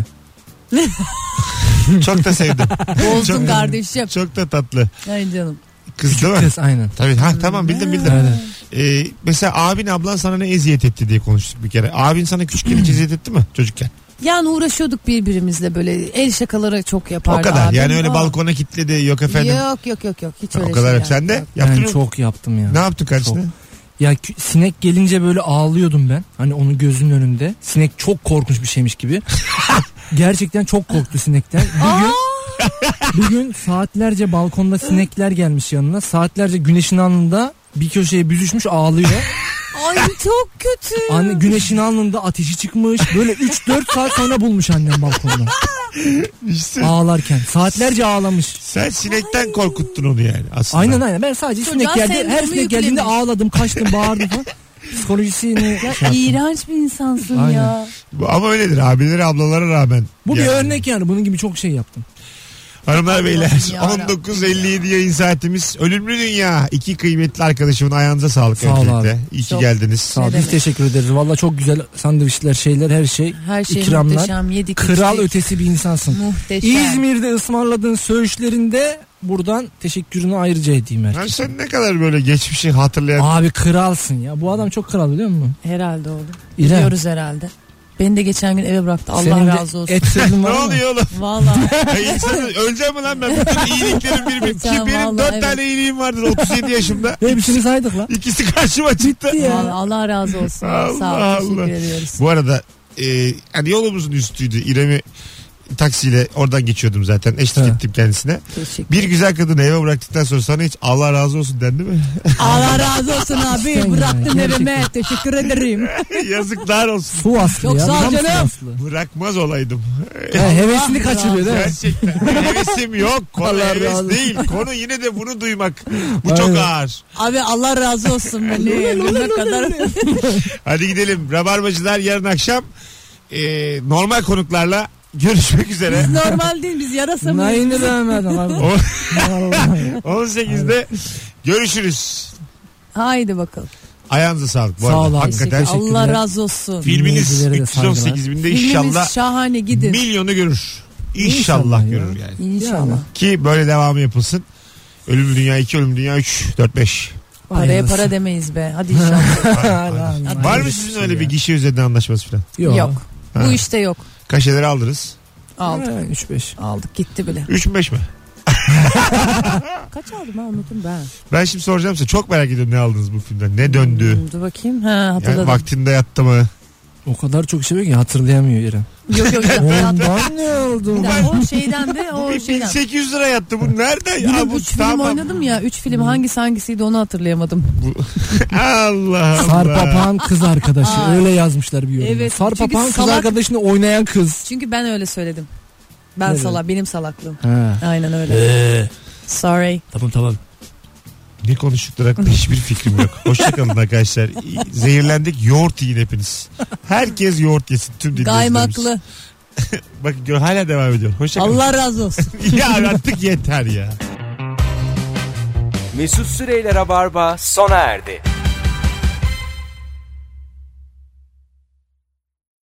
Çok da sevdim. Bozdum çok, kardeşim. çok da tatlı. Ay canım. Kız değil mi? Kız aynen. Tabii. Ha tamam bildim bildim. Aynen. Ee, mesela abin ablan sana ne eziyet etti diye konuştuk bir kere. Abin sana küçükken hiç eziyet etti mi çocukken? Yani uğraşıyorduk birbirimizle, böyle el şakaları çok yapardı. O kadar. abim. Yani öyle Aa. balkona kilitledi yok efendim. Yok yok yok yok hiç o öyle kadar. şeyler. Sen de yok. yaptın Ben mı? çok yaptım ya. Ne yaptın kardeşine? Çok. Ya kü- sinek gelince böyle ağlıyordum ben. Hani onun gözünün önünde. Sinek çok korkunç bir şeymiş gibi. Gerçekten çok korktu sinekten. Bir gün bir gün saatlerce balkonda sinekler gelmiş yanına. Saatlerce güneşin alnında bir köşeye büzüşmüş ağlıyor. Ay çok kötü. Anne güneşin alnında ateşi çıkmış. Böyle üç dört saat sonra bulmuş annem balkonda. İşte Ağlarken. Saatlerce ağlamış. sen sinekten korkuttun onu yani aslında. Aynen aynen. Ben sadece Çocuğa sinek geldi. Her sendromu sinek geldiğinde yüklemiş. ağladım, kaçtım, bağırdım falan. Psikolojisini Ya şey yaptım. iğrenç bir insansın Aynen. ya. Bu- Ama öyledir abileri ablalara rağmen. Bu bir Yani. örnek yani. Bunun gibi çok şey yaptım. Hanımlar beyler yarabbim. on dokuz elli yedi yayın saatimiz. Ölümlü Dünya. İki kıymetli arkadaşımın ayağınıza sağlık. Sağ ol öncelikle. abi. İyi ki Çok- geldiniz. Sağ ol. Ne Biz demek. teşekkür ederiz. Valla çok güzel sandviçler, şeyler, her şey. Her şey İkramlar. muhteşem. Yedik Kral içtik. ötesi bir insansın. Muhteşem. İzmir'de ısmarladığın söğüşlerinde buradan teşekkürünü ayrıca edeyim Ya herkese. sen ne kadar böyle geçmişi hatırlayan. Abi kralsın ya. Bu adam çok kral biliyor musun? Herhalde oğlum. İrem. Biliyoruz herhalde. Beni de geçen gün eve bıraktı. Allah Senin de razı olsun. et sözün Ne var mı? oluyor oğlum? Vallahi. Ya insanı öleceğim mi lan ben? Bütün iyiliklerim bir benim. Ki Sen benim vallahi dört evet. tane iyiliğim vardır otuz yedi yaşımda. Hepsini saydık lan. İkisi karşıma çıktı. Bitti ya. Vallahi Allah razı olsun. Allah Sağ ol. Allah. Teşekkür ediyoruz. Bu arada e, yani yolumuzun üstüydü. İrem'i taksiyle oradan geçiyordum zaten. Eşlik He. ettim kendisine. Teşekkür Bir güzel kadını eve bıraktıktan sonra sana hiç Allah razı olsun dendi mi? Allah razı olsun abi. Sen Bıraktın ya, evime. Teşekkür ederim. Yazıklar olsun. Su aslı Çok ya. sağ ol Tam su canım. aslı. Bırakmaz olaydım. Ha, hevesini Allah kaçırıyor değil mi? Gerçekten. Hevesim yok. Konu Allah heves razı olsun. değil. Konu yine de bunu duymak. Bu çok Aynen. ağır. Abi Allah razı olsun beni. Ne kadar. Hadi gidelim. Rabarbacılar yarın akşam e, normal konuklarla görüşmek üzere. Normal değil, biz yarasa mıyız? Nayını beğenmedim abi. O- Vallahi. on sekizde görüşürüz. Haydi bakalım. Ayağınıza sağlık bu Sağ arada. ol abi. Hakikaten Teşekkür- Allah razı olsun. filminiz Dinleyicilere de üç yüz on sekiz binde inşallah Filmimiz şahane, gidin. milyonu görür. İnşallah, İnşallah ya. görür yani. İnşallah. Ki böyle devamı yapılsın. Ölümlü Dünya iki, Ölümlü Dünya üç, dört, beş. Paraya Hayırlısı. para demeyiz be. Hadi inşallah. Lan, Var mı hayır sizin şey öyle ya. bir gişe üzerinden anlaşması falan? Yok. Yok. Ha. Bu işte yok. Kaşeleri aldınız. Aldık. üç beş. Aldık gitti bile. üç mü beş mi? Kaç aldım ha, unuttum ben. Ben şimdi soracağım size. Çok merak ediyorum ne aldınız bu filmden. Ne döndü? Hmm, dur bakayım. Ha, Yani hatırladım. vaktinde yattı mı? O kadar çok seviyor ki hatırlayamıyor İrem. Yok yok. Ondan ne oldu? O şeyden de o şeyden. bin sekiz yüz lira yattı bu nereden ya? Yine Bu üç film tamam. oynadım ya. Üç film hangisi hangisiydi onu hatırlayamadım. Allah Allah. Sarpapağan kız arkadaşı. Ay. Öyle yazmışlar bir yorumda. Evet, Sarpapağan çünkü kız salak- arkadaşını oynayan kız. Çünkü ben öyle söyledim. Ben Evet. salak, benim salaklığım. Ha. Aynen öyle. Ee, Sorry. tamam tamam. Ne konuştukları hakkında hiçbir fikrim yok. Hoşçakalın arkadaşlar. Zehirlendik, yoğurt yiyin hepiniz. Herkes yoğurt yesin tüm dinleyicilerimiz. Gaymaklı. Bak gör hala devam ediyor. Hoşçakalın. Allah razı olsun. Ya artık yeter ya. Mesut Süreyler'e barba sona erdi.